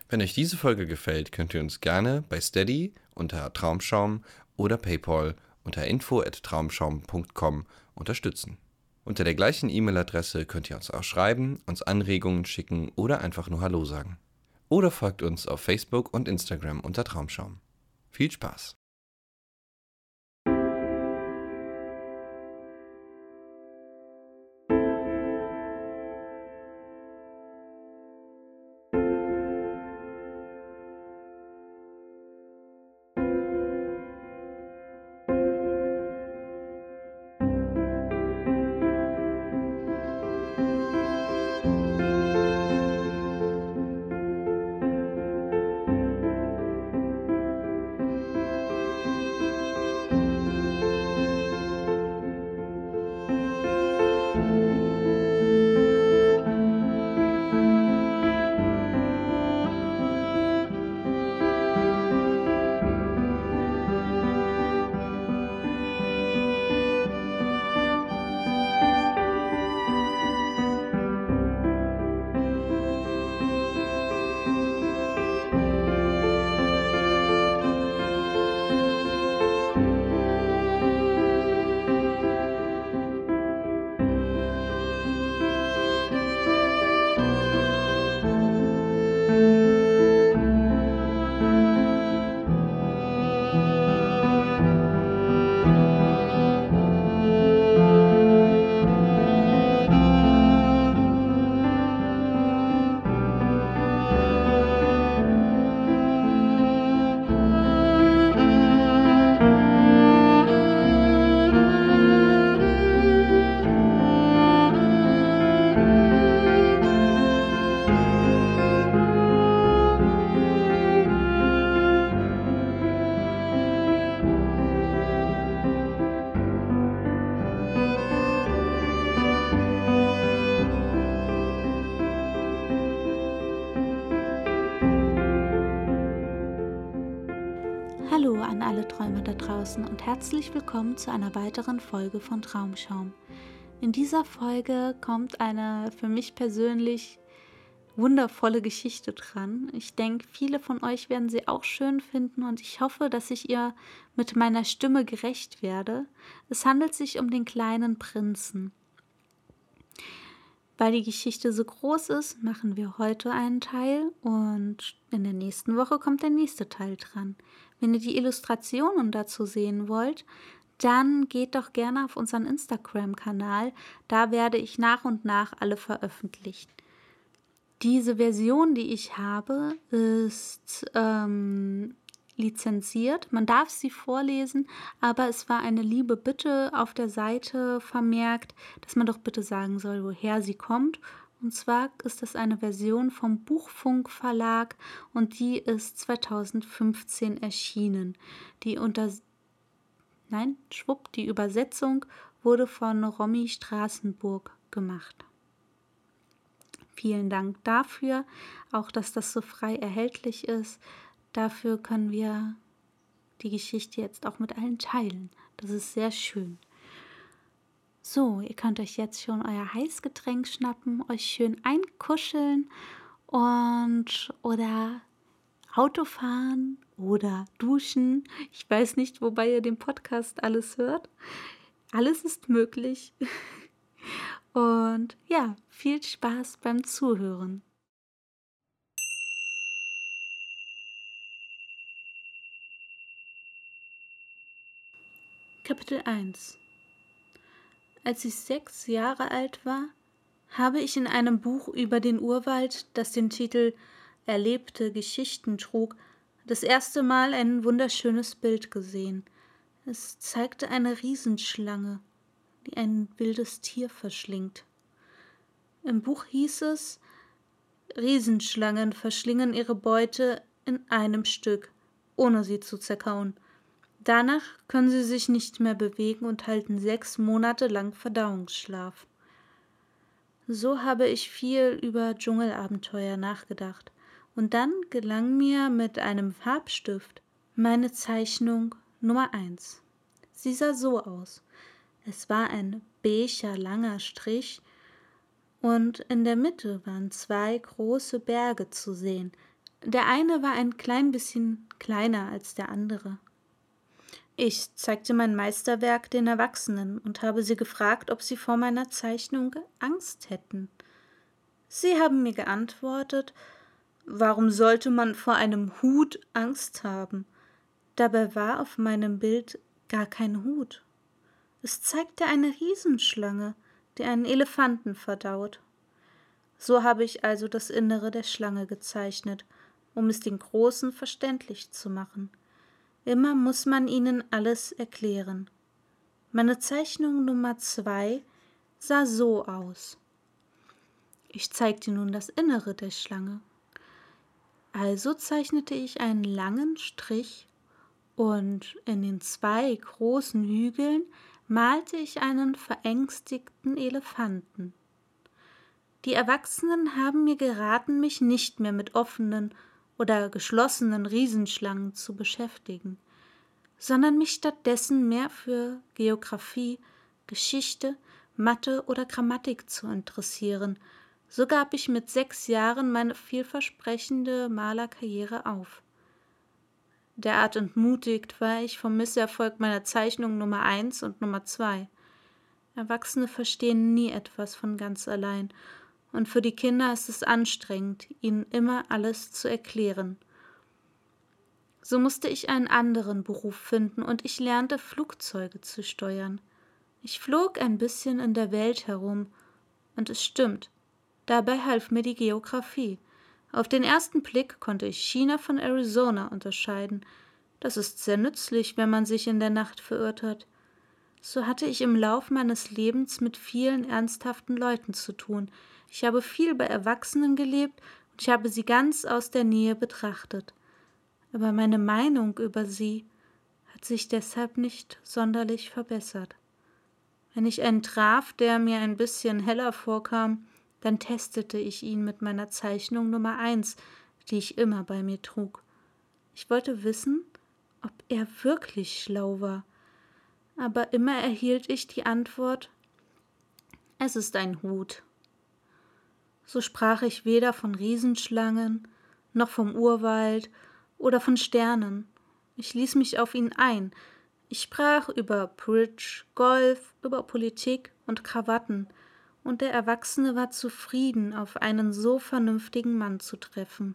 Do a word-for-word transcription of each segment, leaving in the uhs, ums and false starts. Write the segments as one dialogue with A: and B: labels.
A: Wenn euch diese Folge gefällt, könnt ihr uns gerne bei Steady unter Traumschaum oder PayPal unter info at traumschaum punkt com unterstützen. Unter der gleichen E-Mail-Adresse könnt ihr uns auch schreiben, uns Anregungen schicken oder einfach nur Hallo sagen. Oder folgt uns auf Facebook und Instagram unter Traumschaum. Viel Spaß!
B: Hallo an alle Träumer da draußen und herzlich willkommen zu einer weiteren Folge von Traumschaum. In dieser Folge kommt eine für mich persönlich wundervolle Geschichte dran. Ich denke, viele von euch werden sie auch schön finden und ich hoffe, dass ich ihr mit meiner Stimme gerecht werde. Es handelt sich um den kleinen Prinzen. Weil die Geschichte so groß ist, machen wir heute einen Teil und in der nächsten Woche kommt der nächste Teil dran. Wenn ihr die Illustrationen dazu sehen wollt, dann geht doch gerne auf unseren Instagram-Kanal. Da werde ich nach und nach alle veröffentlichen. Diese Version, die ich habe, ist ähm, lizenziert. Man darf sie vorlesen, aber es war eine liebe Bitte auf der Seite vermerkt, dass man doch bitte sagen soll, woher sie kommt. Und zwar ist das eine Version vom Buchfunk Verlag und die ist zweitausendfünfzehn erschienen. Die unter Nein, schwupp, die Übersetzung wurde von Romy Straßenburg gemacht. Vielen Dank dafür, auch dass das so frei erhältlich ist. Dafür können wir die Geschichte jetzt auch mit allen teilen. Das ist sehr schön. So, ihr könnt euch jetzt schon euer Heißgetränk schnappen, euch schön einkuscheln und oder Auto fahren oder duschen. Ich weiß nicht, wobei ihr den Podcast alles hört. Alles ist möglich. Und ja, viel Spaß beim Zuhören. Kapitel eins. Als ich sechs Jahre alt war, habe ich in einem Buch über den Urwald, das den Titel Erlebte Geschichten trug, das erste Mal ein wunderschönes Bild gesehen. Es zeigte eine Riesenschlange, die ein wildes Tier verschlingt. Im Buch hieß es, Riesenschlangen verschlingen ihre Beute in einem Stück, ohne sie zu zerkauen. Danach können sie sich nicht mehr bewegen und halten sechs Monate lang Verdauungsschlaf. So habe ich viel über Dschungelabenteuer nachgedacht. Und dann gelang mir mit einem Farbstift meine Zeichnung Nummer eins. Sie sah so aus. Es war ein beiger langer Strich und in der Mitte waren zwei große Berge zu sehen. Der eine war ein klein bisschen kleiner als der andere. Ich zeigte mein Meisterwerk den Erwachsenen und habe sie gefragt, ob sie vor meiner Zeichnung Angst hätten. Sie haben mir geantwortet, warum sollte man vor einem Hut Angst haben? Dabei war auf meinem Bild gar kein Hut. Es zeigte eine Riesenschlange, die einen Elefanten verdaut. So habe ich also das Innere der Schlange gezeichnet, um es den Großen verständlich zu machen. Immer muss man ihnen alles erklären. Meine Zeichnung Nummer zwei sah so aus. Ich zeigte nun das Innere der Schlange. Also zeichnete ich einen langen Strich und in den zwei großen Hügeln malte ich einen verängstigten Elefanten. Die Erwachsenen haben mir geraten, mich nicht mehr mit offenen oder geschlossenen Riesenschlangen zu beschäftigen, sondern mich stattdessen mehr für Geographie, Geschichte, Mathe oder Grammatik zu interessieren. So gab ich mit sechs Jahren meine vielversprechende Malerkarriere auf. Derart entmutigt war ich vom Misserfolg meiner Zeichnung Nummer eins und Nummer zwei. Erwachsene verstehen nie etwas von ganz allein, und für die Kinder ist es anstrengend, ihnen immer alles zu erklären. So musste ich einen anderen Beruf finden und ich lernte, Flugzeuge zu steuern. Ich flog ein bisschen in der Welt herum, und es stimmt, dabei half mir die Geographie. Auf den ersten Blick konnte ich China von Arizona unterscheiden. Das ist sehr nützlich, wenn man sich in der Nacht verirrt hat. So hatte ich im Lauf meines Lebens mit vielen ernsthaften Leuten zu tun. Ich habe viel bei Erwachsenen gelebt und ich habe sie ganz aus der Nähe betrachtet. Aber meine Meinung über sie hat sich deshalb nicht sonderlich verbessert. Wenn ich einen traf, der mir ein bisschen heller vorkam, dann testete ich ihn mit meiner Zeichnung Nummer eins, die ich immer bei mir trug. Ich wollte wissen, ob er wirklich schlau war. Aber immer erhielt ich die Antwort, es ist ein Hut. So sprach ich weder von Riesenschlangen, noch vom Urwald oder von Sternen. Ich ließ mich auf ihn ein. Ich sprach über Bridge, Golf, über Politik und Krawatten, und der Erwachsene war zufrieden, auf einen so vernünftigen Mann zu treffen.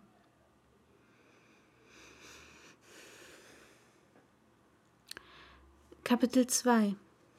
B: Kapitel zwei.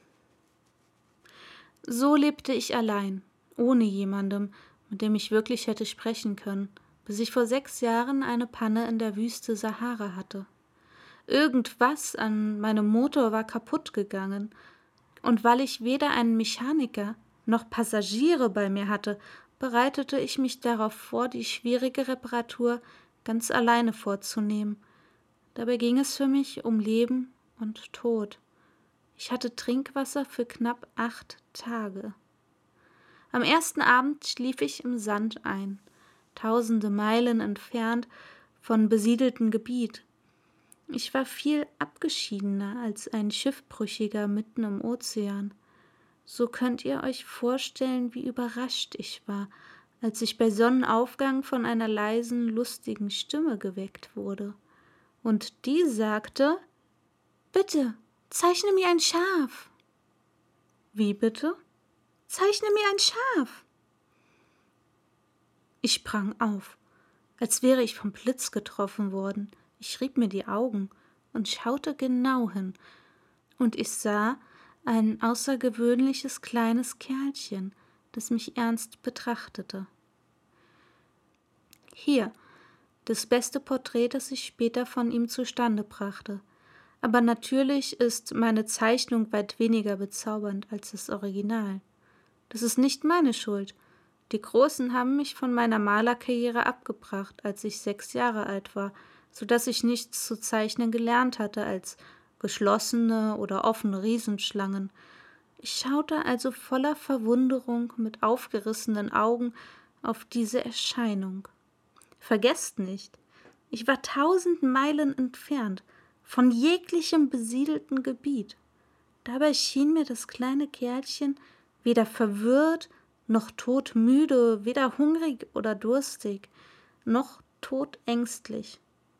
B: So lebte ich allein, ohne jemandem, mit dem ich wirklich hätte sprechen können, bis ich vor sechs Jahren eine Panne in der Wüste Sahara hatte. Irgendwas an meinem Motor war kaputt gegangen, und weil ich weder einen Mechaniker noch Passagiere bei mir hatte, bereitete ich mich darauf vor, die schwierige Reparatur ganz alleine vorzunehmen. Dabei ging es für mich um Leben und Tod. Ich hatte Trinkwasser für knapp acht Tage. Am ersten Abend schlief ich im Sand ein, tausende Meilen entfernt von besiedeltem Gebiet. Ich war viel abgeschiedener als ein Schiffbrüchiger mitten im Ozean. So könnt ihr euch vorstellen, wie überrascht ich war, als ich bei Sonnenaufgang von einer leisen, lustigen Stimme geweckt wurde. Und die sagte, »Bitte, zeichne mir ein Schaf.« »Wie bitte?« »Zeichne mir ein Schaf.« Ich sprang auf, als wäre ich vom Blitz getroffen worden. Ich rieb mir die Augen und schaute genau hin, und ich sah ein außergewöhnliches kleines Kerlchen, das mich ernst betrachtete. Hier, das beste Porträt, das ich später von ihm zustande brachte. Aber natürlich ist meine Zeichnung weit weniger bezaubernd als das Original. Das ist nicht meine Schuld. Die Großen haben mich von meiner Malerkarriere abgebracht, als ich sechs Jahre alt war, so dass ich nichts zu zeichnen gelernt hatte als geschlossene oder offene Riesenschlangen. Ich schaute also voller Verwunderung mit aufgerissenen Augen auf diese Erscheinung. Vergesst nicht, ich war tausend Meilen entfernt, von jeglichem besiedelten Gebiet. Dabei schien mir das kleine Kerlchen weder verwirrt, noch todmüde, weder hungrig oder durstig, noch todängstlich.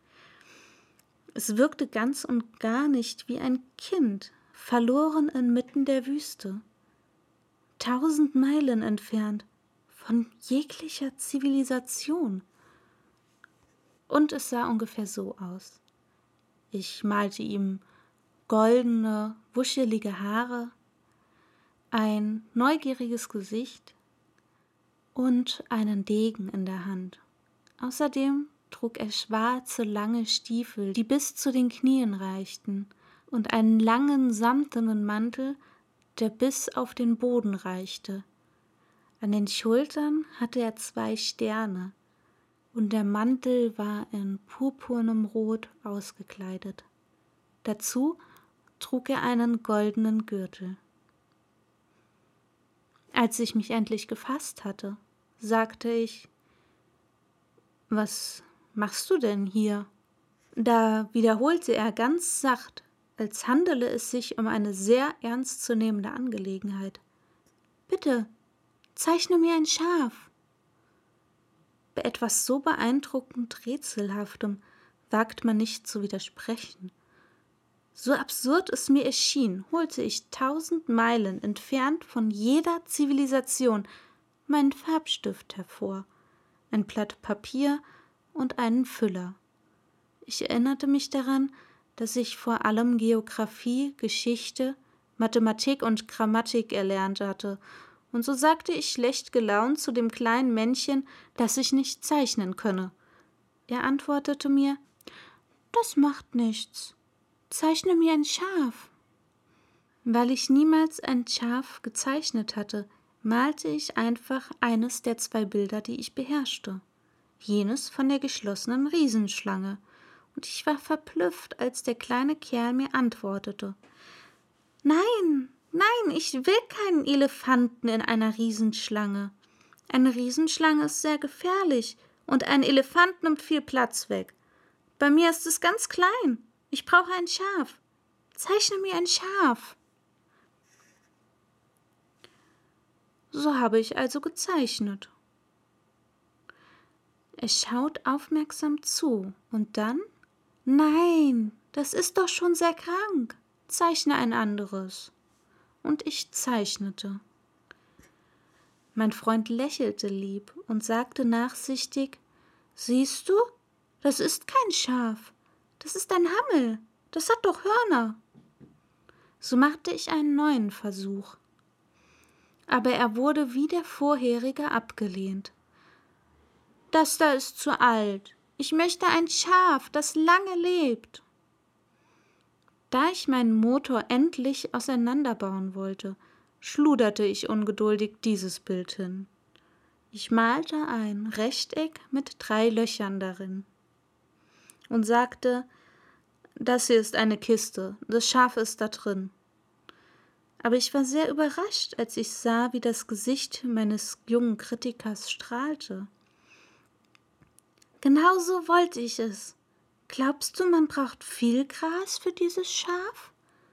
B: Es wirkte ganz und gar nicht wie ein Kind, verloren inmitten der Wüste, tausend Meilen entfernt von jeglicher Zivilisation. Und es sah ungefähr so aus. Ich malte ihm goldene, wuschelige Haare, ein neugieriges Gesicht und einen Degen in der Hand. Außerdem trug er schwarze, lange Stiefel, die bis zu den Knien reichten, und einen langen, samtenen Mantel, der bis auf den Boden reichte. An den Schultern hatte er zwei Sterne, und der Mantel war in purpurnem Rot ausgekleidet. Dazu trug er einen goldenen Gürtel. Als ich mich endlich gefasst hatte, sagte ich: »Was machst du denn hier?« Da wiederholte er ganz sacht, als handele es sich um eine sehr ernstzunehmende Angelegenheit: »Bitte, zeichne mir ein Schaf.« Bei etwas so beeindruckend Rätselhaftem wagt man nicht zu widersprechen. So absurd es mir erschien, holte ich tausend Meilen entfernt von jeder Zivilisation meinen Farbstift hervor, ein Blatt Papier und einen Füller. Ich erinnerte mich daran, dass ich vor allem Geographie, Geschichte, Mathematik und Grammatik erlernt hatte, und so sagte ich schlecht gelaunt zu dem kleinen Männchen, dass ich nicht zeichnen könne. Er antwortete mir: »Das macht nichts. Zeichne mir ein Schaf.« Weil ich niemals ein Schaf gezeichnet hatte, malte ich einfach eines der zwei Bilder, die ich beherrschte, jenes von der geschlossenen Riesenschlange, und ich war verblüfft, als der kleine Kerl mir antwortete: »Nein, nein, ich will keinen Elefanten in einer Riesenschlange. Eine Riesenschlange ist sehr gefährlich und ein Elefant nimmt viel Platz weg. Bei mir ist es ganz klein. Ich brauche ein Schaf. Zeichne mir ein Schaf.« So habe ich also gezeichnet. Er schaut aufmerksam zu und dann: »Nein, das ist doch schon sehr krank. Zeichne ein anderes.« Und ich zeichnete. Mein Freund lächelte lieb und sagte nachsichtig: »Siehst du, das ist kein Schaf. Das ist ein Hammel. Das hat doch Hörner.« So machte ich einen neuen Versuch. Aber er wurde wie der vorherige abgelehnt. »Das da ist zu alt. Ich möchte ein Schaf, das lange lebt.« Da ich meinen Motor endlich auseinanderbauen wollte, schluderte ich ungeduldig dieses Bild hin. Ich malte ein Rechteck mit drei Löchern darin und sagte: »Das hier ist eine Kiste, das Schaf ist da drin.« Aber ich war sehr überrascht, als ich sah, wie das Gesicht meines jungen Kritikers strahlte. »Genau so wollte ich es. Glaubst du, man braucht viel Gras für dieses Schaf?«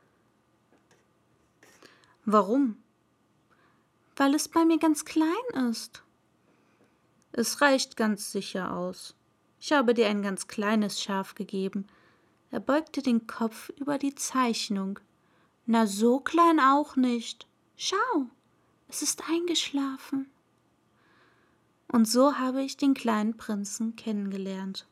B: »Warum?« »Weil es bei mir ganz klein ist.« »Es reicht ganz sicher aus. Ich habe dir ein ganz kleines Schaf gegeben.« Er beugte den Kopf über die Zeichnung. »Na, so klein auch nicht. Schau, es ist eingeschlafen.« Und so habe ich den kleinen Prinzen kennengelernt.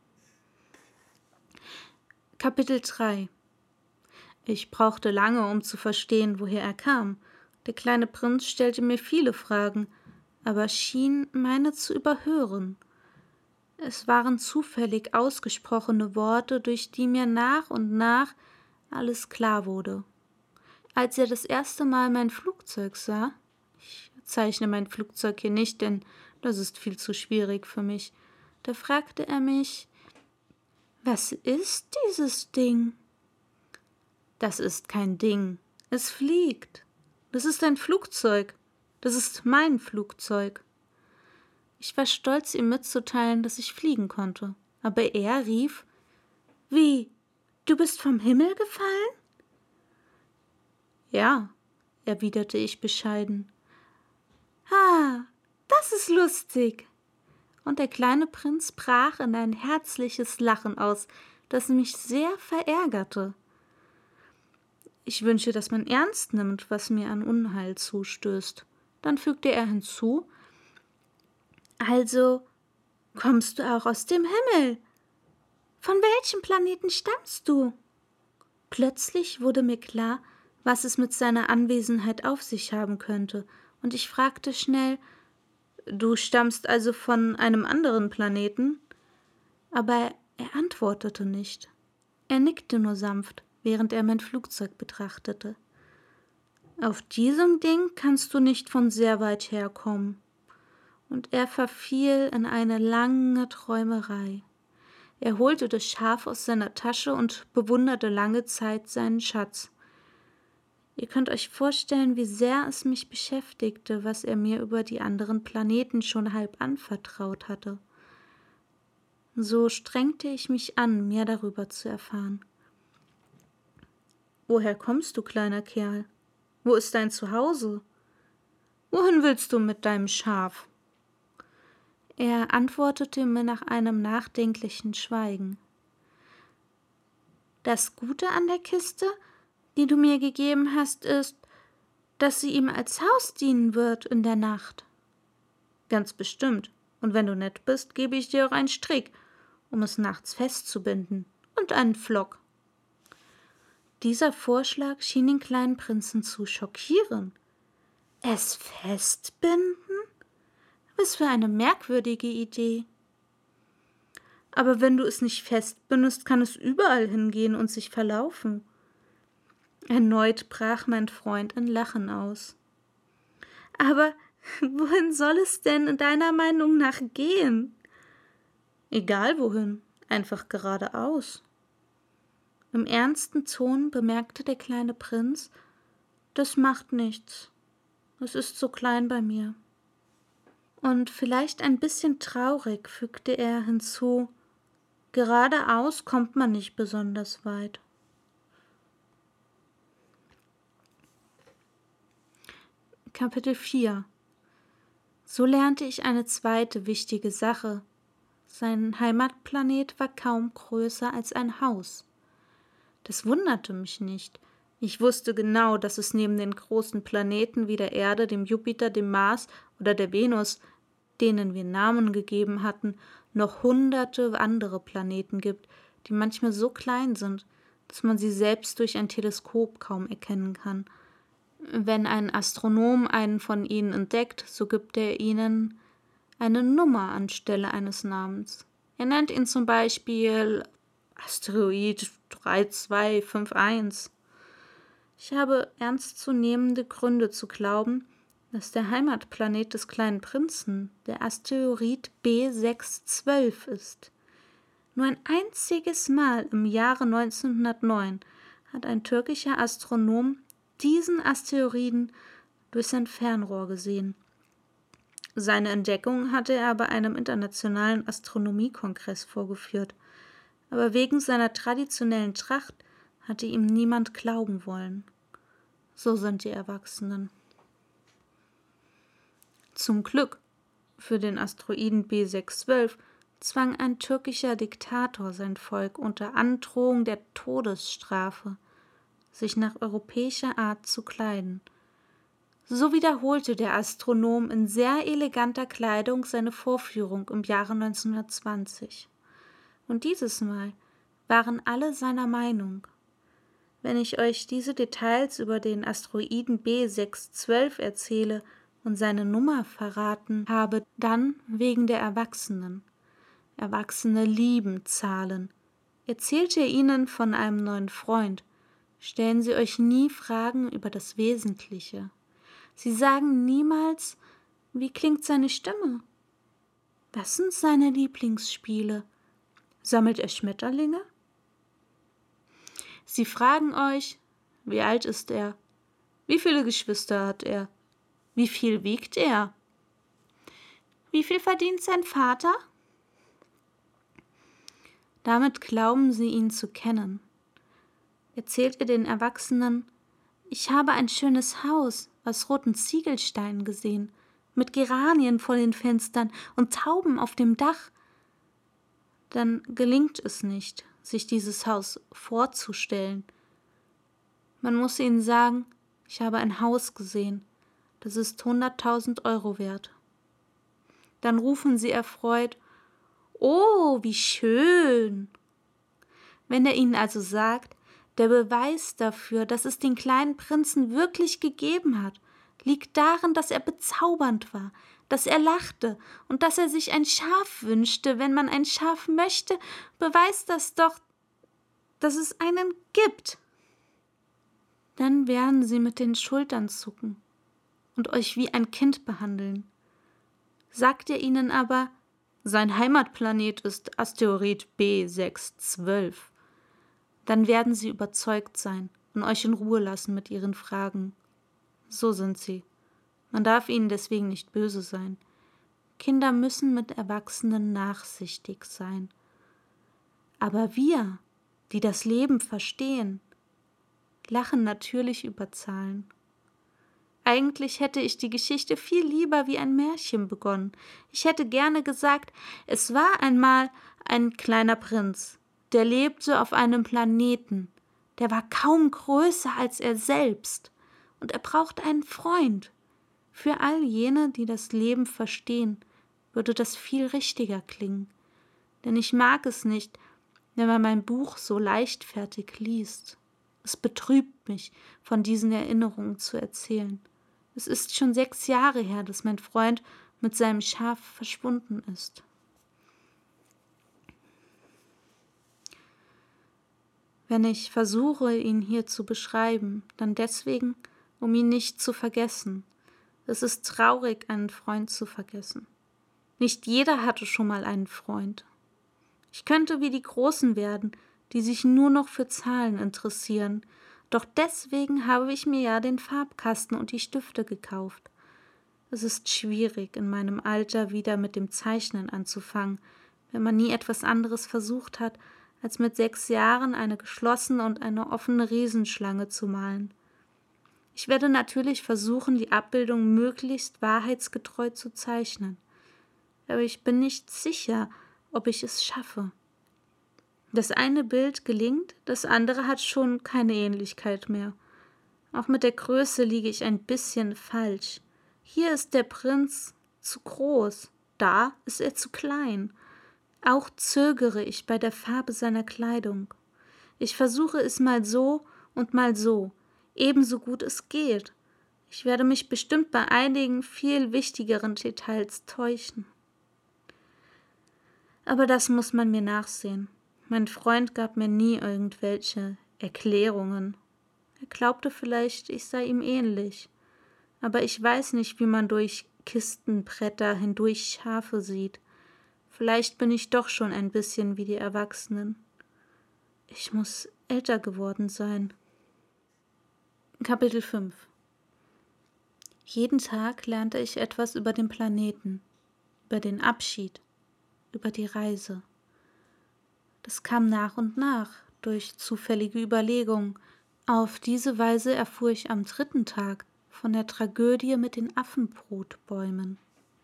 B: Kapitel drei. Ich brauchte lange, um zu verstehen, woher er kam. Der kleine Prinz stellte mir viele Fragen, aber schien meine zu überhören. Es waren zufällig ausgesprochene Worte, durch die mir nach und nach alles klar wurde. Als er das erste Mal mein Flugzeug sah, ich zeichne mein Flugzeug hier nicht, denn das ist viel zu schwierig für mich, da fragte er mich: »Was ist dieses Ding?« »Das ist kein Ding, es fliegt. Das ist ein Flugzeug. Das ist mein Flugzeug.« Ich war stolz, ihm mitzuteilen, dass ich fliegen konnte, aber er rief: »Wie, du bist vom Himmel gefallen?« »Ja«, erwiderte ich bescheiden. »Ah, das ist lustig. Und der kleine Prinz brach in ein herzliches Lachen aus, das mich sehr verärgerte. Ich wünsche, dass man ernst nimmt, was mir an Unheil zustößt. Dann fügte er hinzu: Also kommst du auch aus dem Himmel? Von welchem Planeten stammst du? Plötzlich wurde mir klar, was es mit seiner Anwesenheit auf sich haben könnte, und ich fragte schnell: Du stammst also von einem anderen Planeten? Aber er antwortete nicht. Er nickte nur sanft, während er mein Flugzeug betrachtete. Auf diesem Ding kannst du nicht von sehr weit herkommen. Und er verfiel in eine lange Träumerei. Er holte das Schaf aus seiner Tasche und bewunderte lange Zeit seinen Schatz. Ihr könnt euch vorstellen, wie sehr es mich beschäftigte, was er mir über die anderen Planeten schon halb anvertraut hatte. So strengte ich mich an, mehr darüber zu erfahren. Woher kommst du, kleiner Kerl? Wo ist dein Zuhause? Wohin willst du mit deinem Schaf? Er antwortete mir nach einem nachdenklichen Schweigen. Das Gute an der Kiste, die du mir gegeben hast, ist, dass sie ihm als Haus dienen wird in der Nacht. Ganz bestimmt. Und wenn du nett bist, gebe ich dir auch einen Strick, um es nachts festzubinden, und einen Pflock. Dieser Vorschlag schien den kleinen Prinzen zu schockieren. Es festbinden? Was für eine merkwürdige Idee. Aber wenn du es nicht festbindest, kann es überall hingehen und sich verlaufen. Erneut brach mein Freund in Lachen aus. Aber wohin soll es denn in deiner Meinung nach gehen? Egal wohin, einfach geradeaus. Im ernsten Ton bemerkte der kleine Prinz: Das macht nichts. Es ist so klein bei mir. Und vielleicht ein bisschen traurig fügte er hinzu: Geradeaus kommt man nicht besonders weit. Kapitel vier. So lernte ich eine zweite wichtige Sache. Sein Heimatplanet war kaum größer als ein Haus. Das wunderte mich nicht. Ich wusste genau, dass es neben den großen Planeten wie der Erde, dem Jupiter, dem Mars oder der Venus, denen wir Namen gegeben hatten, noch hunderte andere Planeten gibt, die manchmal so klein sind, dass man sie selbst durch ein Teleskop kaum erkennen kann. Wenn ein Astronom einen von ihnen entdeckt, so gibt er ihnen eine Nummer anstelle eines Namens. Er nennt ihn zum Beispiel Asteroid drei zwei fünf eins. Ich habe ernstzunehmende Gründe zu glauben, dass der Heimatplanet des kleinen Prinzen der Asteroid B sechs zwölf ist. Nur ein einziges Mal im Jahre neunzehnhundertneun hat ein türkischer Astronom diesen Asteroiden durch sein Fernrohr gesehen. Seine Entdeckung hatte er bei einem internationalen Astronomiekongress vorgeführt, aber wegen seiner traditionellen Tracht hatte ihm niemand glauben wollen. So sind die Erwachsenen. Zum Glück für den Asteroiden B sechs zwölf zwang ein türkischer Diktator sein Volk unter Androhung der Todesstrafe, sich nach europäischer Art zu kleiden. So wiederholte der Astronom in sehr eleganter Kleidung seine Vorführung im Jahre neunzehnhundertzwanzig. Und dieses Mal waren alle seiner Meinung. Wenn ich euch diese Details über den Asteroiden B sechs zwölf erzähle und seine Nummer verraten habe, dann wegen der Erwachsenen. Erwachsene lieben Zahlen. Erzählt ihr ihnen von einem neuen Freund, stellen sie euch nie Fragen über das Wesentliche. Sie sagen niemals: Wie klingt seine Stimme? Was sind seine Lieblingsspiele? Sammelt er Schmetterlinge? Sie fragen euch: Wie alt ist er? Wie viele Geschwister hat er? Wie viel wiegt er? Wie viel verdient sein Vater? Damit glauben sie ihn zu kennen. Erzählt ihr den Erwachsenen: Ich habe ein schönes Haus aus roten Ziegelsteinen gesehen. mit Geranien vor den Fenstern und Tauben auf dem Dach, dann gelingt es nicht, sich dieses Haus vorzustellen. Man muss ihnen sagen, ich habe ein Haus gesehen, das ist hunderttausend Euro wert. Dann rufen sie erfreut, »Oh, wie schön!« Wenn er ihnen also sagt, der Beweis dafür, dass es den kleinen Prinzen wirklich gegeben hat, liegt darin, dass er bezaubernd war, dass er lachte und dass er sich ein Schaf wünschte, wenn man ein Schaf möchte, beweist das doch, dass es einen gibt. Dann werden sie mit den Schultern zucken und euch wie ein Kind behandeln. Sagt ihr ihnen aber, sein Heimatplanet ist Asteroid B sechs zwölf, dann werden sie überzeugt sein und euch in Ruhe lassen mit ihren Fragen. So sind sie. Man darf ihnen deswegen nicht böse sein. Kinder müssen mit Erwachsenen nachsichtig sein. Aber wir, die das Leben verstehen, lachen natürlich über Zahlen. Eigentlich hätte ich die Geschichte viel lieber wie ein Märchen begonnen. Ich hätte gerne gesagt, es war einmal ein kleiner Prinz, der lebte auf einem Planeten, der war kaum größer als er selbst, und er braucht einen Freund. Für all jene, die das Leben verstehen, würde das viel richtiger klingen. Denn ich mag es nicht, wenn man mein Buch so leichtfertig liest. Es betrübt mich, von diesen Erinnerungen zu erzählen. Es ist schon sechs Jahre her, dass mein Freund mit seinem Schaf verschwunden ist. Wenn ich versuche, ihn hier zu beschreiben, dann deswegen, um ihn nicht zu vergessen. Es ist traurig, einen Freund zu vergessen. Nicht jeder hatte schon mal einen Freund. Ich könnte wie die Großen werden, die sich nur noch für Zahlen interessieren, doch deswegen habe ich mir ja den Farbkasten und die Stifte gekauft. Es ist schwierig, in meinem Alter wieder mit dem Zeichnen anzufangen, wenn man nie etwas anderes versucht hat, als mit sechs Jahren eine geschlossene und eine offene Riesenschlange zu malen. Ich werde natürlich versuchen, die Abbildung möglichst wahrheitsgetreu zu zeichnen, aber ich bin nicht sicher, ob ich es schaffe. Das eine Bild gelingt, das andere hat schon keine Ähnlichkeit mehr. Auch mit der Größe liege ich ein bisschen falsch. Hier ist der Prinz zu groß, da ist er zu klein. Auch zögere ich bei der Farbe seiner Kleidung. Ich versuche es mal so und mal so, ebenso gut es geht. Ich werde mich bestimmt bei einigen viel wichtigeren Details täuschen. Aber das muss man mir nachsehen. Mein Freund gab mir nie irgendwelche Erklärungen. Er glaubte vielleicht, ich sei ihm ähnlich. Aber ich weiß nicht, wie man durch Kistenbretter hindurch Schafe sieht. Vielleicht bin ich doch schon ein bisschen wie die Erwachsenen. Ich muss älter geworden sein. Kapitel fünf. Jeden Tag lernte ich etwas über den Planeten, über den Abschied, über die Reise. Das kam nach und nach, durch zufällige Überlegungen. Auf diese Weise erfuhr ich am dritten Tag von der Tragödie mit den Affenbrotbäumen.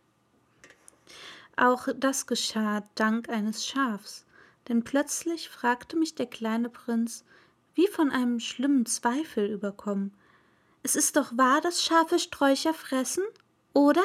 B: Auch das geschah dank eines Schafs, denn plötzlich fragte mich der kleine Prinz, wie von einem schlimmen Zweifel überkommen: »Es ist doch wahr, dass Schafe Sträucher fressen, oder?«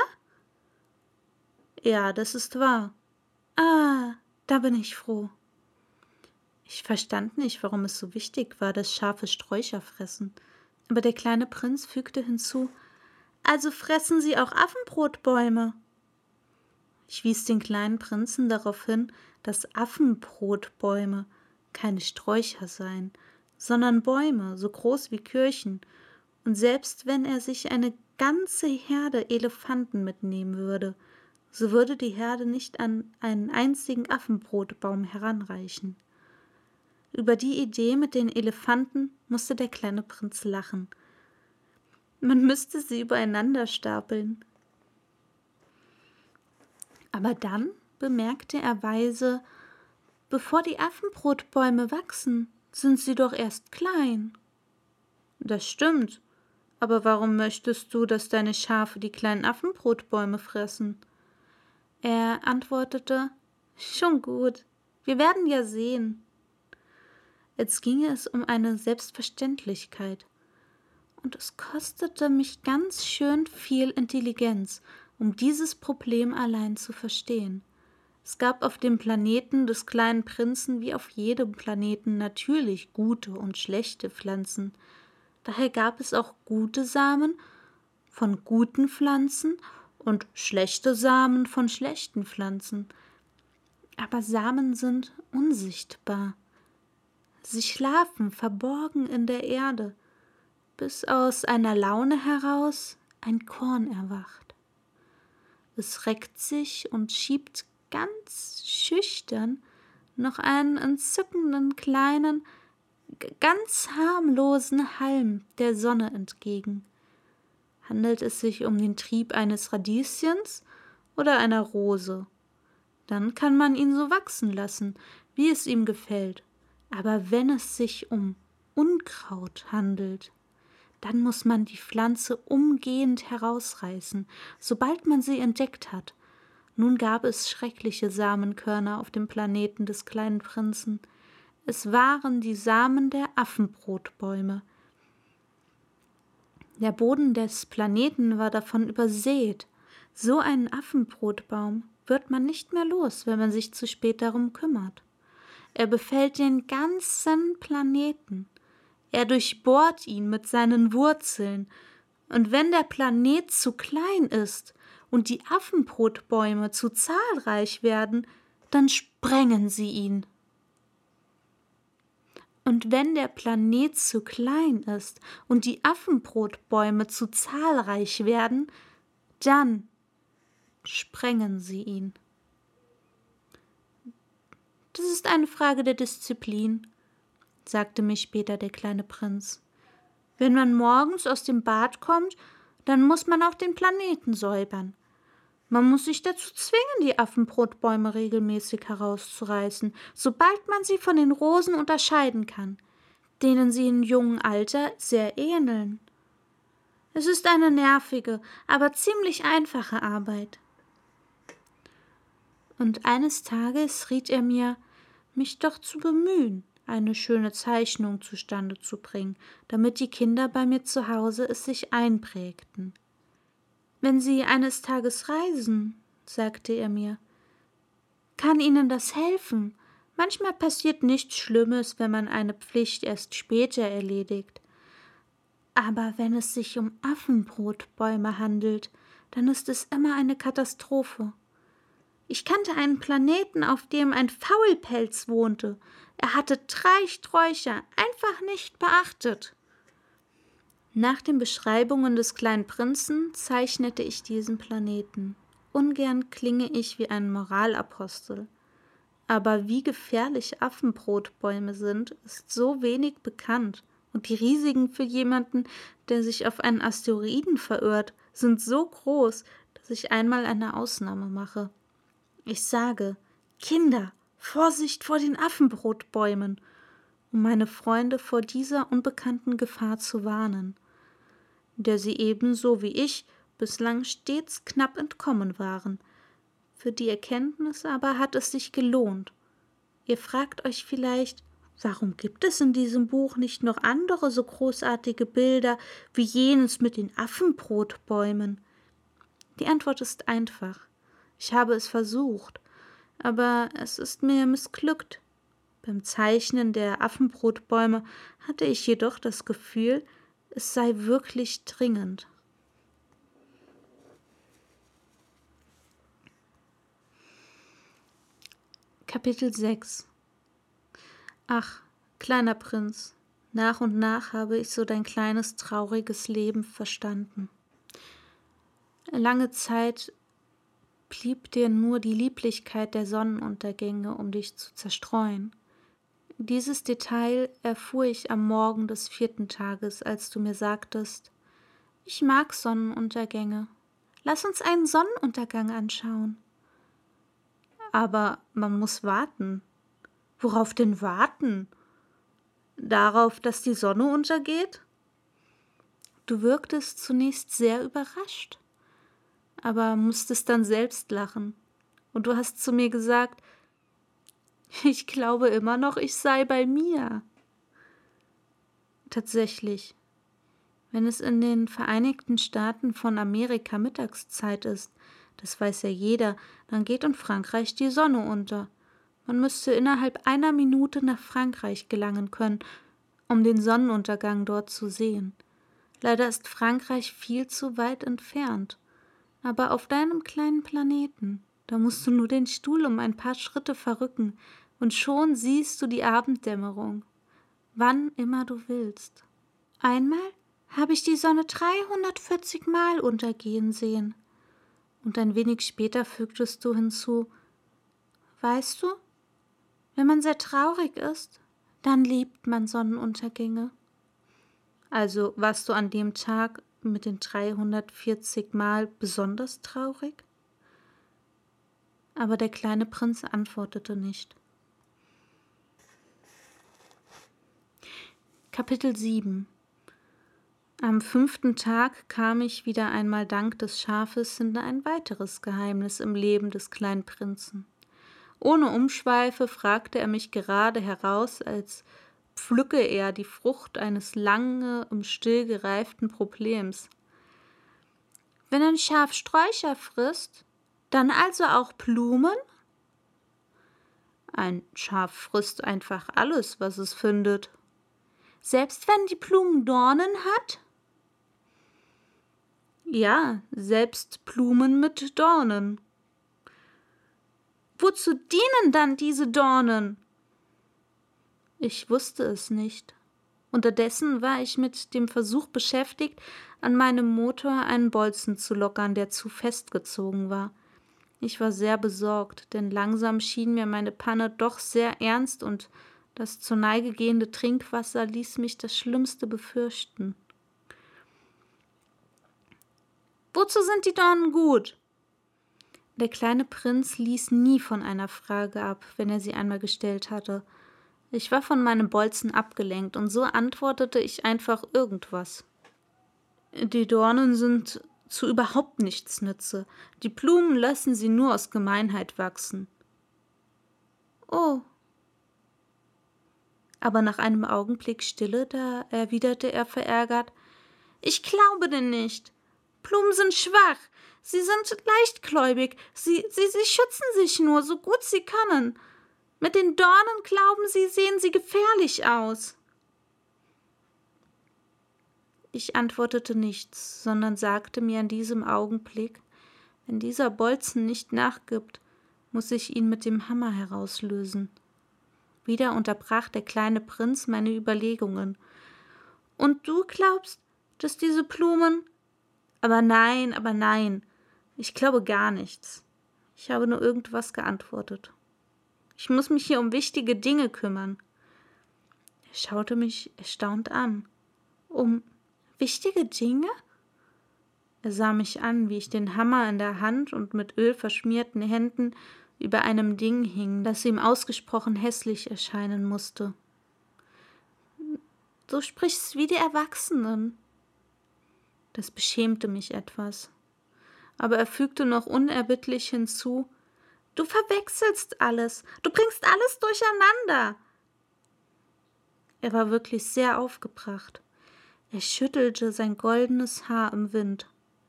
B: »Ja, das ist wahr.« »Ah, da bin ich froh.« Ich verstand nicht, warum es so wichtig war, dass Schafe Sträucher fressen, aber der kleine Prinz fügte hinzu: »Also fressen sie auch Affenbrotbäume?« Ich wies den kleinen Prinzen darauf hin, dass Affenbrotbäume keine Sträucher seien, sondern Bäume, so groß wie Kirchen, und selbst wenn er sich eine ganze Herde Elefanten mitnehmen würde, so würde die Herde nicht an einen einzigen Affenbrotbaum heranreichen. Über die Idee mit den Elefanten musste der kleine Prinz lachen. Man müsste sie übereinander stapeln. Aber dann bemerkte er weise, bevor die Affenbrotbäume wachsen, sind sie doch erst klein. Das stimmt, Aber warum möchtest du, dass deine Schafe die kleinen Affenbrotbäume fressen? Er antwortete: Schon gut, wir werden ja sehen. Als ginge es um eine Selbstverständlichkeit. Und es kostete mich ganz schön viel Intelligenz, um dieses Problem allein zu verstehen. Es gab auf dem Planeten des kleinen Prinzen wie auf jedem Planeten natürlich gute und schlechte Pflanzen. Daher gab es auch gute Samen von guten Pflanzen und schlechte Samen von schlechten Pflanzen. Aber Samen sind unsichtbar. Sie schlafen verborgen in der Erde, bis aus einer Laune heraus ein Korn erwacht. Es reckt sich und schiebt ganz schüchtern noch einen entzückenden kleinen, ganz harmlosen Halm der Sonne entgegen. Handelt es sich um den Trieb eines Radieschens oder einer Rose? Dann kann man ihn so wachsen lassen, wie es ihm gefällt. Aber wenn es sich um Unkraut handelt, dann muss man die Pflanze umgehend herausreißen, sobald man sie entdeckt hat. Nun gab es schreckliche Samenkörner auf dem Planeten des kleinen Prinzen. Es waren die Samen der Affenbrotbäume. Der Boden des Planeten war davon übersät. So einen Affenbrotbaum wird man nicht mehr los, wenn man sich zu spät darum kümmert. Er befällt den ganzen Planeten. Er durchbohrt ihn mit seinen Wurzeln. Und wenn der Planet zu klein ist und die Affenbrotbäume zu zahlreich werden, dann sprengen sie ihn. Und wenn der Planet zu klein ist und die Affenbrotbäume zu zahlreich werden, dann sprengen sie ihn. Das ist eine Frage der Disziplin, sagte mir später der kleine Prinz. Wenn man morgens aus dem Bad kommt, dann muss man auch den Planeten säubern. Man muss sich dazu zwingen, die Affenbrotbäume regelmäßig herauszureißen, sobald man sie von den Rosen unterscheiden kann, denen sie in jungem Alter sehr ähneln. Es ist eine nervige, aber ziemlich einfache Arbeit. Und eines Tages riet er mir, mich doch zu bemühen, eine schöne Zeichnung zustande zu bringen, damit die Kinder bei mir zu Hause es sich einprägten. Wenn Sie eines Tages reisen, sagte er mir, kann Ihnen das helfen. Manchmal passiert nichts Schlimmes, wenn man eine Pflicht erst später erledigt. Aber wenn es sich um Affenbrotbäume handelt, dann ist es immer eine Katastrophe. Ich kannte einen Planeten, auf dem ein Faulpelz wohnte. Er hatte drei Sträucher einfach nicht beachtet. Nach den Beschreibungen des kleinen Prinzen zeichnete ich diesen Planeten. Ungern klinge ich wie ein Moralapostel. Aber wie gefährlich Affenbrotbäume sind, ist so wenig bekannt. Und die Risiken für jemanden, der sich auf einen Asteroiden verirrt, sind so groß, dass ich einmal eine Ausnahme mache. Ich sage, Kinder, Vorsicht vor den Affenbrotbäumen, um meine Freunde vor dieser unbekannten Gefahr zu warnen, der sie ebenso wie ich bislang stets knapp entkommen waren. Für die Erkenntnis aber hat es sich gelohnt. Ihr fragt euch vielleicht, warum gibt es in diesem Buch nicht noch andere so großartige Bilder wie jenes mit den Affenbrotbäumen? Die Antwort ist einfach. Ich habe es versucht, aber es ist mir missglückt. Beim Zeichnen der Affenbrotbäume hatte ich jedoch das Gefühl, es sei wirklich dringend. Kapitel sechs. Ach, kleiner Prinz, nach und nach habe ich so dein kleines, trauriges Leben verstanden. Lange Zeit blieb dir nur die Lieblichkeit der Sonnenuntergänge, um dich zu zerstreuen. Dieses Detail erfuhr ich am Morgen des vierten Tages, als du mir sagtest, ich mag Sonnenuntergänge. Lass uns einen Sonnenuntergang anschauen. Aber man muss warten. Worauf denn warten? Darauf, dass die Sonne untergeht? Du wirktest zunächst sehr überrascht, aber musstest dann selbst lachen. Und du hast zu mir gesagt, ich glaube immer noch, ich sei bei mir. Tatsächlich, wenn es in den Vereinigten Staaten von Amerika Mittagszeit ist, das weiß ja jeder, dann geht in Frankreich die Sonne unter. Man müsste innerhalb einer Minute nach Frankreich gelangen können, um den Sonnenuntergang dort zu sehen. Leider ist Frankreich viel zu weit entfernt. Aber auf deinem kleinen Planeten, da musst du nur den Stuhl um ein paar Schritte verrücken und schon siehst du die Abenddämmerung, wann immer du willst. Einmal habe ich die Sonne dreihundertvierzig Mal untergehen sehen. Und ein wenig später fügtest du hinzu, weißt du, wenn man sehr traurig ist, dann liebt man Sonnenuntergänge. Also warst du an dem Tag mit den dreihundertvierzig Mal besonders traurig? Aber der kleine Prinz antwortete nicht. Kapitel sieben. Am fünften Tag kam ich wieder einmal dank des Schafes in ein weiteres Geheimnis im Leben des kleinen Prinzen. Ohne Umschweife fragte er mich gerade heraus, als pflücke er die Frucht eines lange im Still gereiften Problems. Wenn ein Schaf Sträucher frisst, dann also auch Blumen? Ein Schaf frisst einfach alles, was es findet. Selbst wenn die Blumen Dornen hat? Ja, selbst Blumen mit Dornen. Wozu dienen dann diese Dornen? Ich wusste es nicht. Unterdessen war ich mit dem Versuch beschäftigt, an meinem Motor einen Bolzen zu lockern, der zu festgezogen war. Ich war sehr besorgt, denn langsam schien mir meine Panne doch sehr ernst und das zur Neige gehende Trinkwasser ließ mich das Schlimmste befürchten. Wozu sind die Dornen gut? Der kleine Prinz ließ nie von einer Frage ab, wenn er sie einmal gestellt hatte. Ich war von meinem Bolzen abgelenkt und so antwortete ich einfach irgendwas. Die Dornen sind zu überhaupt nichts nütze. Die Blumen lassen sie nur aus Gemeinheit wachsen. Oh. Aber nach einem Augenblick Stille, da erwiderte er verärgert, ich glaube denn nicht. Blumen sind schwach, sie sind leichtgläubig, sie, sie, sie schützen sich nur, so gut sie können. Mit den Dornen glauben sie, sehen sie gefährlich aus. Ich antwortete nichts, sondern sagte mir in diesem Augenblick, wenn dieser Bolzen nicht nachgibt, muss ich ihn mit dem Hammer herauslösen. Wieder unterbrach der kleine Prinz meine Überlegungen. Und du glaubst, dass diese Blumen... Aber nein, aber nein, ich glaube gar nichts. Ich habe nur irgendwas geantwortet. Ich muss mich hier um wichtige Dinge kümmern. Er schaute mich erstaunt an. Um wichtige Dinge? Er sah mich an, wie ich den Hammer in der Hand und mit Öl verschmierten Händen über einem Ding hing, das ihm ausgesprochen hässlich erscheinen musste. Du sprichst wie die Erwachsenen. Das beschämte mich etwas. Aber er fügte noch unerbittlich hinzu, du verwechselst alles, du bringst alles durcheinander. Er war wirklich sehr aufgebracht. Er schüttelte sein goldenes Haar im Wind.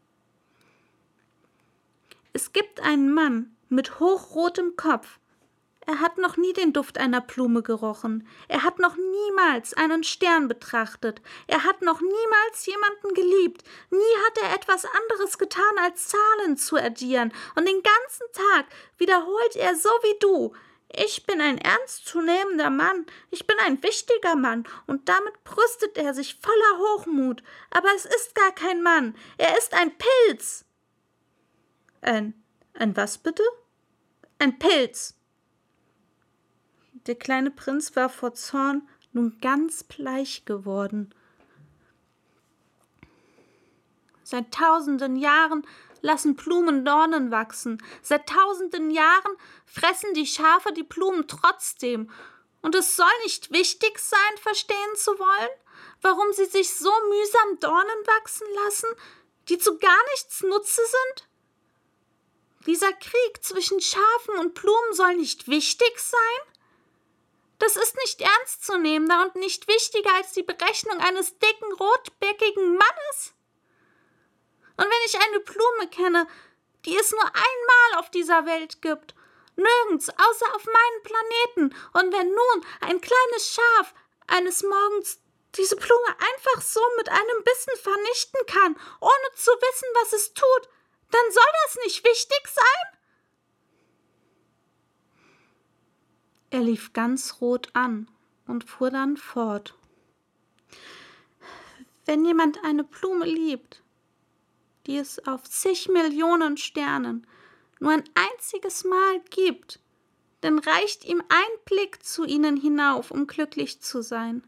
B: Es gibt einen Mann mit hochrotem Kopf. Er hat noch nie den Duft einer Blume gerochen. Er hat noch niemals einen Stern betrachtet. Er hat noch niemals jemanden geliebt. Nie hat er etwas anderes getan, als Zahlen zu addieren. Und den ganzen Tag wiederholt er so wie du: Ich bin ein ernstzunehmender Mann. Ich bin ein wichtiger Mann. Und damit brüstet er sich voller Hochmut. Aber es ist gar kein Mann. Er ist ein Pilz. Ein, ein was bitte? Ein Pilz. Der kleine Prinz war vor Zorn nun ganz bleich geworden. Seit tausenden Jahren lassen Blumen Dornen wachsen. Seit tausenden Jahren fressen die Schafe die Blumen trotzdem. Und es soll nicht wichtig sein, verstehen zu wollen, warum sie sich so mühsam Dornen wachsen lassen, die zu gar nichts Nutze sind? Dieser Krieg zwischen Schafen und Blumen soll nicht wichtig sein? Das ist nicht ernstzunehmender und nicht wichtiger als die Berechnung eines dicken, rotbäckigen Mannes. Und wenn ich eine Blume kenne, die es nur einmal auf dieser Welt gibt, nirgends außer auf meinem Planeten, und wenn nun ein kleines Schaf eines Morgens diese Blume einfach so mit einem Bissen vernichten kann, ohne zu wissen, was es tut, dann soll das nicht wichtig sein? Er lief ganz rot an und fuhr dann fort. Wenn jemand eine Blume liebt, die es auf zig Millionen Sternen nur ein einziges Mal gibt, dann reicht ihm ein Blick zu ihnen hinauf, um glücklich zu sein.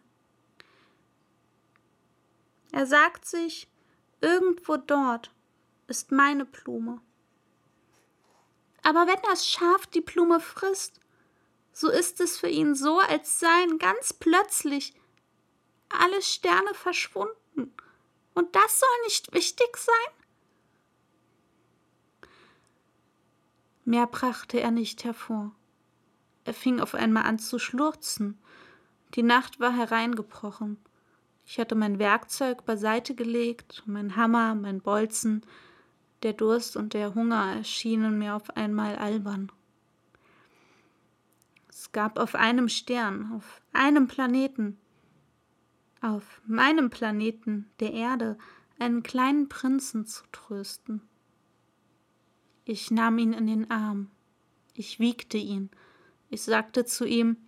B: Er sagt sich, irgendwo dort ist meine Blume. Aber wenn das Schaf die Blume frisst, so ist es für ihn so, als seien ganz plötzlich alle Sterne verschwunden. Und das soll nicht wichtig sein? Mehr brachte er nicht hervor. Er fing auf einmal an zu schluchzen. Die Nacht war hereingebrochen. Ich hatte mein Werkzeug beiseite gelegt, mein Hammer, mein Bolzen. Der Durst und der Hunger erschienen mir auf einmal albern. Es gab auf einem Stern, auf einem Planeten, auf meinem Planeten, der Erde, einen kleinen Prinzen zu trösten. Ich nahm ihn in den Arm. Ich wiegte ihn. Ich sagte zu ihm,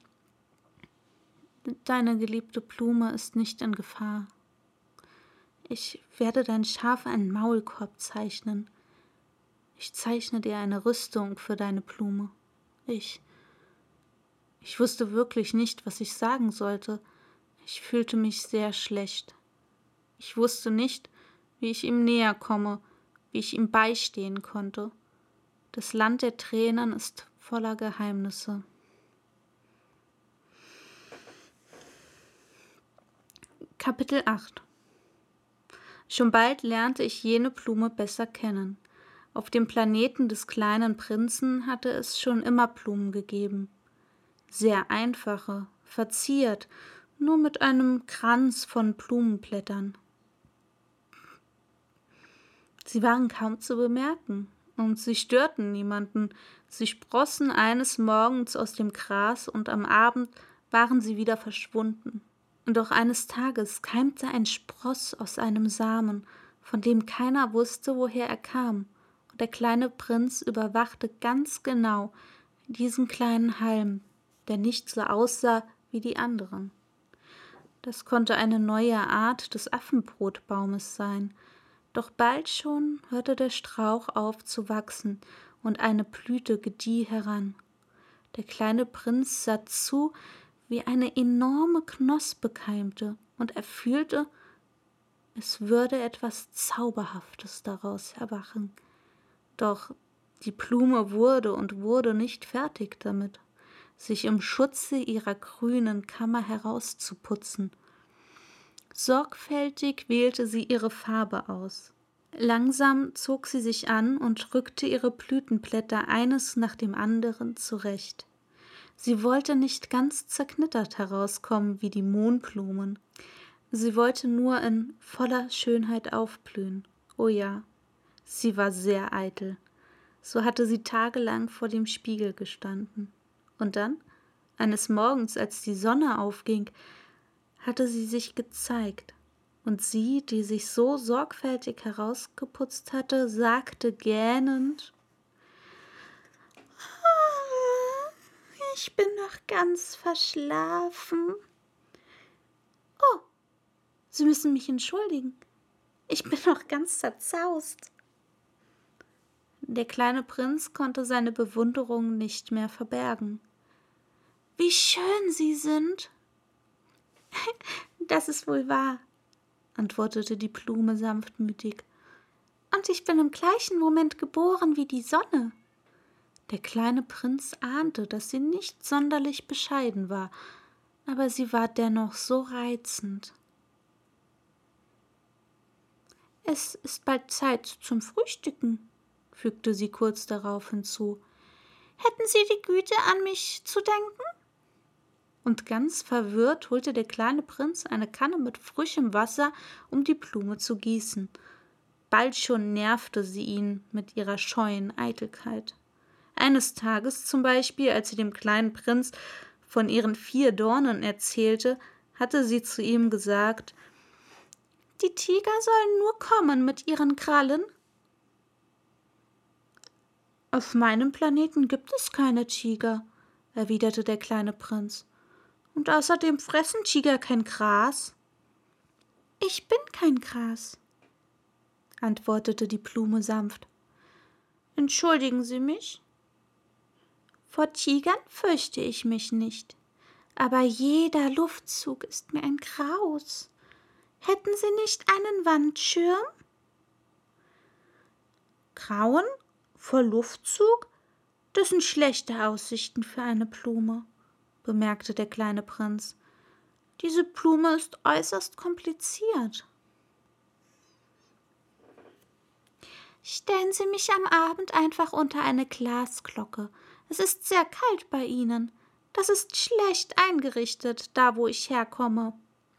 B: deine geliebte Blume ist nicht in Gefahr. Ich werde dein Schaf einen Maulkorb zeichnen. Ich zeichne dir eine Rüstung für deine Blume. Ich, ich wusste wirklich nicht, was ich sagen sollte. Ich fühlte mich sehr schlecht. Ich wusste nicht, wie ich ihm näher komme, wie ich ihm beistehen konnte. Das Land der Tränen ist voller Geheimnisse. Kapitel acht. Schon bald lernte ich jene Blume besser kennen. Auf dem Planeten des kleinen Prinzen hatte es schon immer Blumen gegeben. Sehr einfache, verziert, nur mit einem Kranz von Blumenblättern. Sie waren kaum zu bemerken und sie störten niemanden. Sie sprossen eines Morgens aus dem Gras und am Abend waren sie wieder verschwunden. Und auch eines Tages keimte ein Spross aus einem Samen, von dem keiner wusste, woher er kam, und der kleine Prinz überwachte ganz genau diesen kleinen Halm, der nicht so aussah wie die anderen. Das konnte eine neue Art des Affenbrotbaumes sein, doch bald schon hörte der Strauch auf zu wachsen und eine Blüte gedieh heran. Der kleine Prinz sah zu, wie eine enorme Knospe keimte, und er fühlte, es würde etwas Zauberhaftes daraus erwachen. Doch die Blume wurde und wurde nicht fertig damit, sich im Schutze ihrer grünen Kammer herauszuputzen. Sorgfältig wählte sie ihre Farbe aus. Langsam zog sie sich an und rückte ihre Blütenblätter eines nach dem anderen zurecht. Sie wollte nicht ganz zerknittert herauskommen wie die Mohnblumen. Sie wollte nur in voller Schönheit aufblühen. Oh ja, sie war sehr eitel. So hatte sie tagelang vor dem Spiegel gestanden. Und dann, eines Morgens, als die Sonne aufging, hatte sie sich gezeigt. Und sie, die sich so sorgfältig herausgeputzt hatte, sagte gähnend: Ich bin noch ganz verschlafen. Oh, Sie müssen mich entschuldigen. Ich bin noch ganz zerzaust. Der kleine Prinz konnte seine Bewunderung nicht mehr verbergen. Wie schön Sie sind! Das ist wohl wahr, antwortete die Blume sanftmütig. Und ich bin im gleichen Moment geboren wie die Sonne. Der kleine Prinz ahnte, dass sie nicht sonderlich bescheiden war, aber sie war dennoch so reizend. »Es ist bald Zeit zum Frühstücken«, fügte sie kurz darauf hinzu. »Hätten Sie die Güte, an mich zu denken?« Und ganz verwirrt holte der kleine Prinz eine Kanne mit frischem Wasser, um die Blume zu gießen. Bald schon nervte sie ihn mit ihrer scheuen Eitelkeit. Eines Tages zum Beispiel, als sie dem kleinen Prinz von ihren vier Dornen erzählte, hatte sie zu ihm gesagt: »Die Tiger sollen nur kommen mit ihren Krallen.« »Auf meinem Planeten gibt es keine Tiger«, erwiderte der kleine Prinz. »Und außerdem fressen Tiger kein Gras.« »Ich bin kein Gras«, antwortete die Blume sanft. »Entschuldigen Sie mich?« »Vor Tigern fürchte ich mich nicht, aber jeder Luftzug ist mir ein Graus. Hätten Sie nicht einen Wandschirm?« »Grauen? Vor Luftzug? Das sind schlechte Aussichten für eine Blume«, bemerkte der kleine Prinz. »Diese Blume ist äußerst kompliziert.« »Stellen Sie mich am Abend einfach unter eine Glasglocke. Es ist sehr kalt bei Ihnen. Das ist schlecht eingerichtet, da wo ich herkomme.«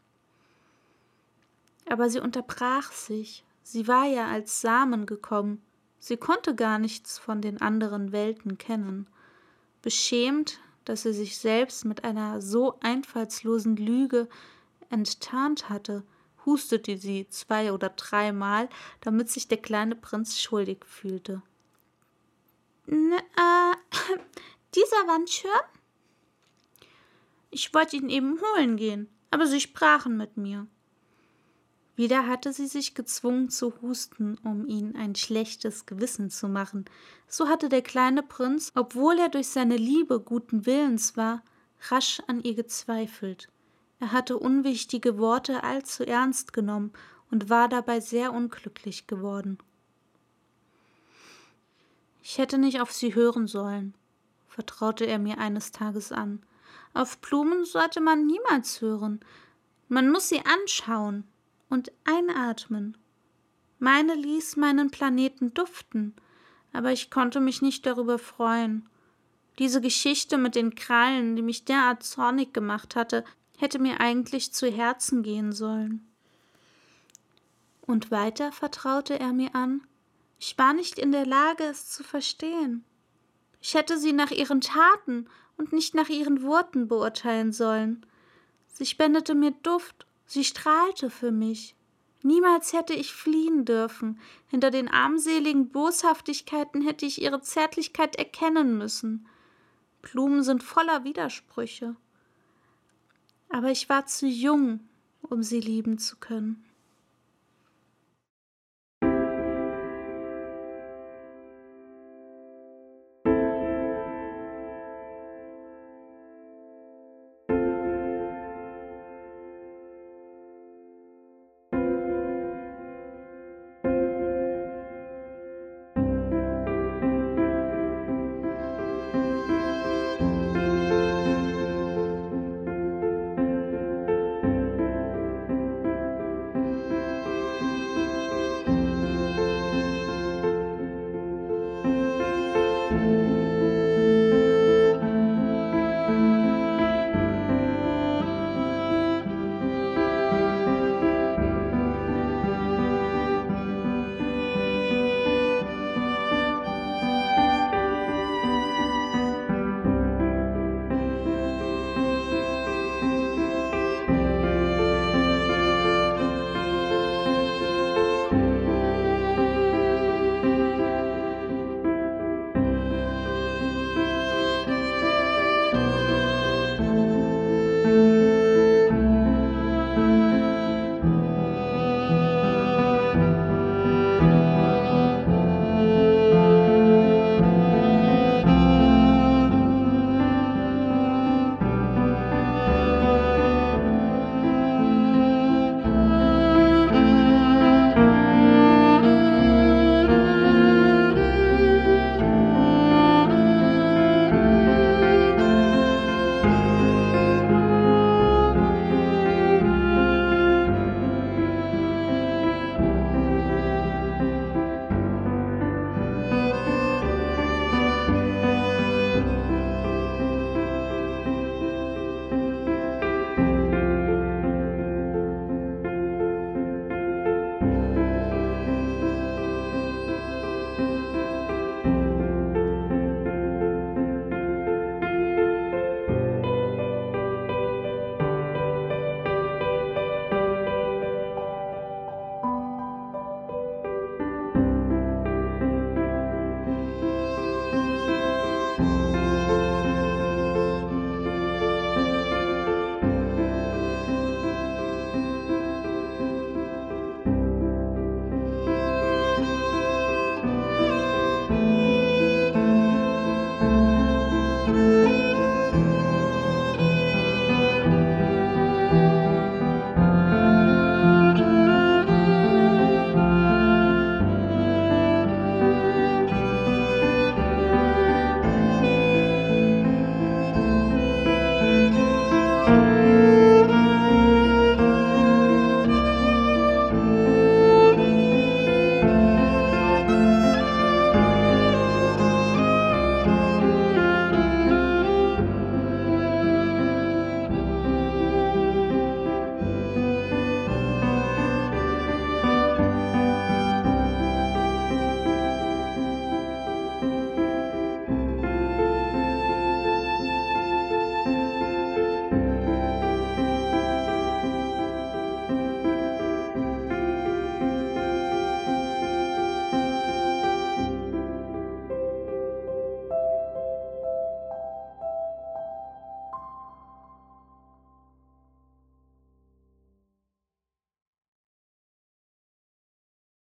B: Aber sie unterbrach sich. Sie war ja als Samen gekommen. Sie konnte gar nichts von den anderen Welten kennen. Beschämt, dass sie sich selbst mit einer so einfallslosen Lüge enttarnt hatte, hustete sie zwei oder dreimal, damit sich der kleine Prinz schuldig fühlte. N äh, dieser Wandschirm? Ich wollte ihn eben holen gehen, aber Sie sprachen mit mir. Wieder hatte sie sich gezwungen zu husten, um ihn ein schlechtes Gewissen zu machen. So hatte der kleine Prinz, obwohl er durch seine Liebe guten Willens war, rasch an ihr gezweifelt. Er hatte unwichtige Worte allzu ernst genommen und war dabei sehr unglücklich geworden. »Ich hätte nicht auf Sie hören sollen«, vertraute er mir eines Tages an. »Auf Blumen sollte man niemals hören. Man muss sie anschauen und einatmen. Meine ließ meinen Planeten duften, aber ich konnte mich nicht darüber freuen. Diese Geschichte mit den Krallen, die mich derart zornig gemacht hatte, hätte mir eigentlich zu Herzen gehen sollen.« Und weiter vertraute er mir an: »Ich war nicht in der Lage, es zu verstehen. Ich hätte sie nach ihren Taten und nicht nach ihren Worten beurteilen sollen. Sie spendete mir Duft, sie strahlte für mich. Niemals hätte ich fliehen dürfen. Hinter den armseligen Boshaftigkeiten hätte ich ihre Zärtlichkeit erkennen müssen. Blumen sind voller Widersprüche. Aber ich war zu jung, um sie lieben zu können.«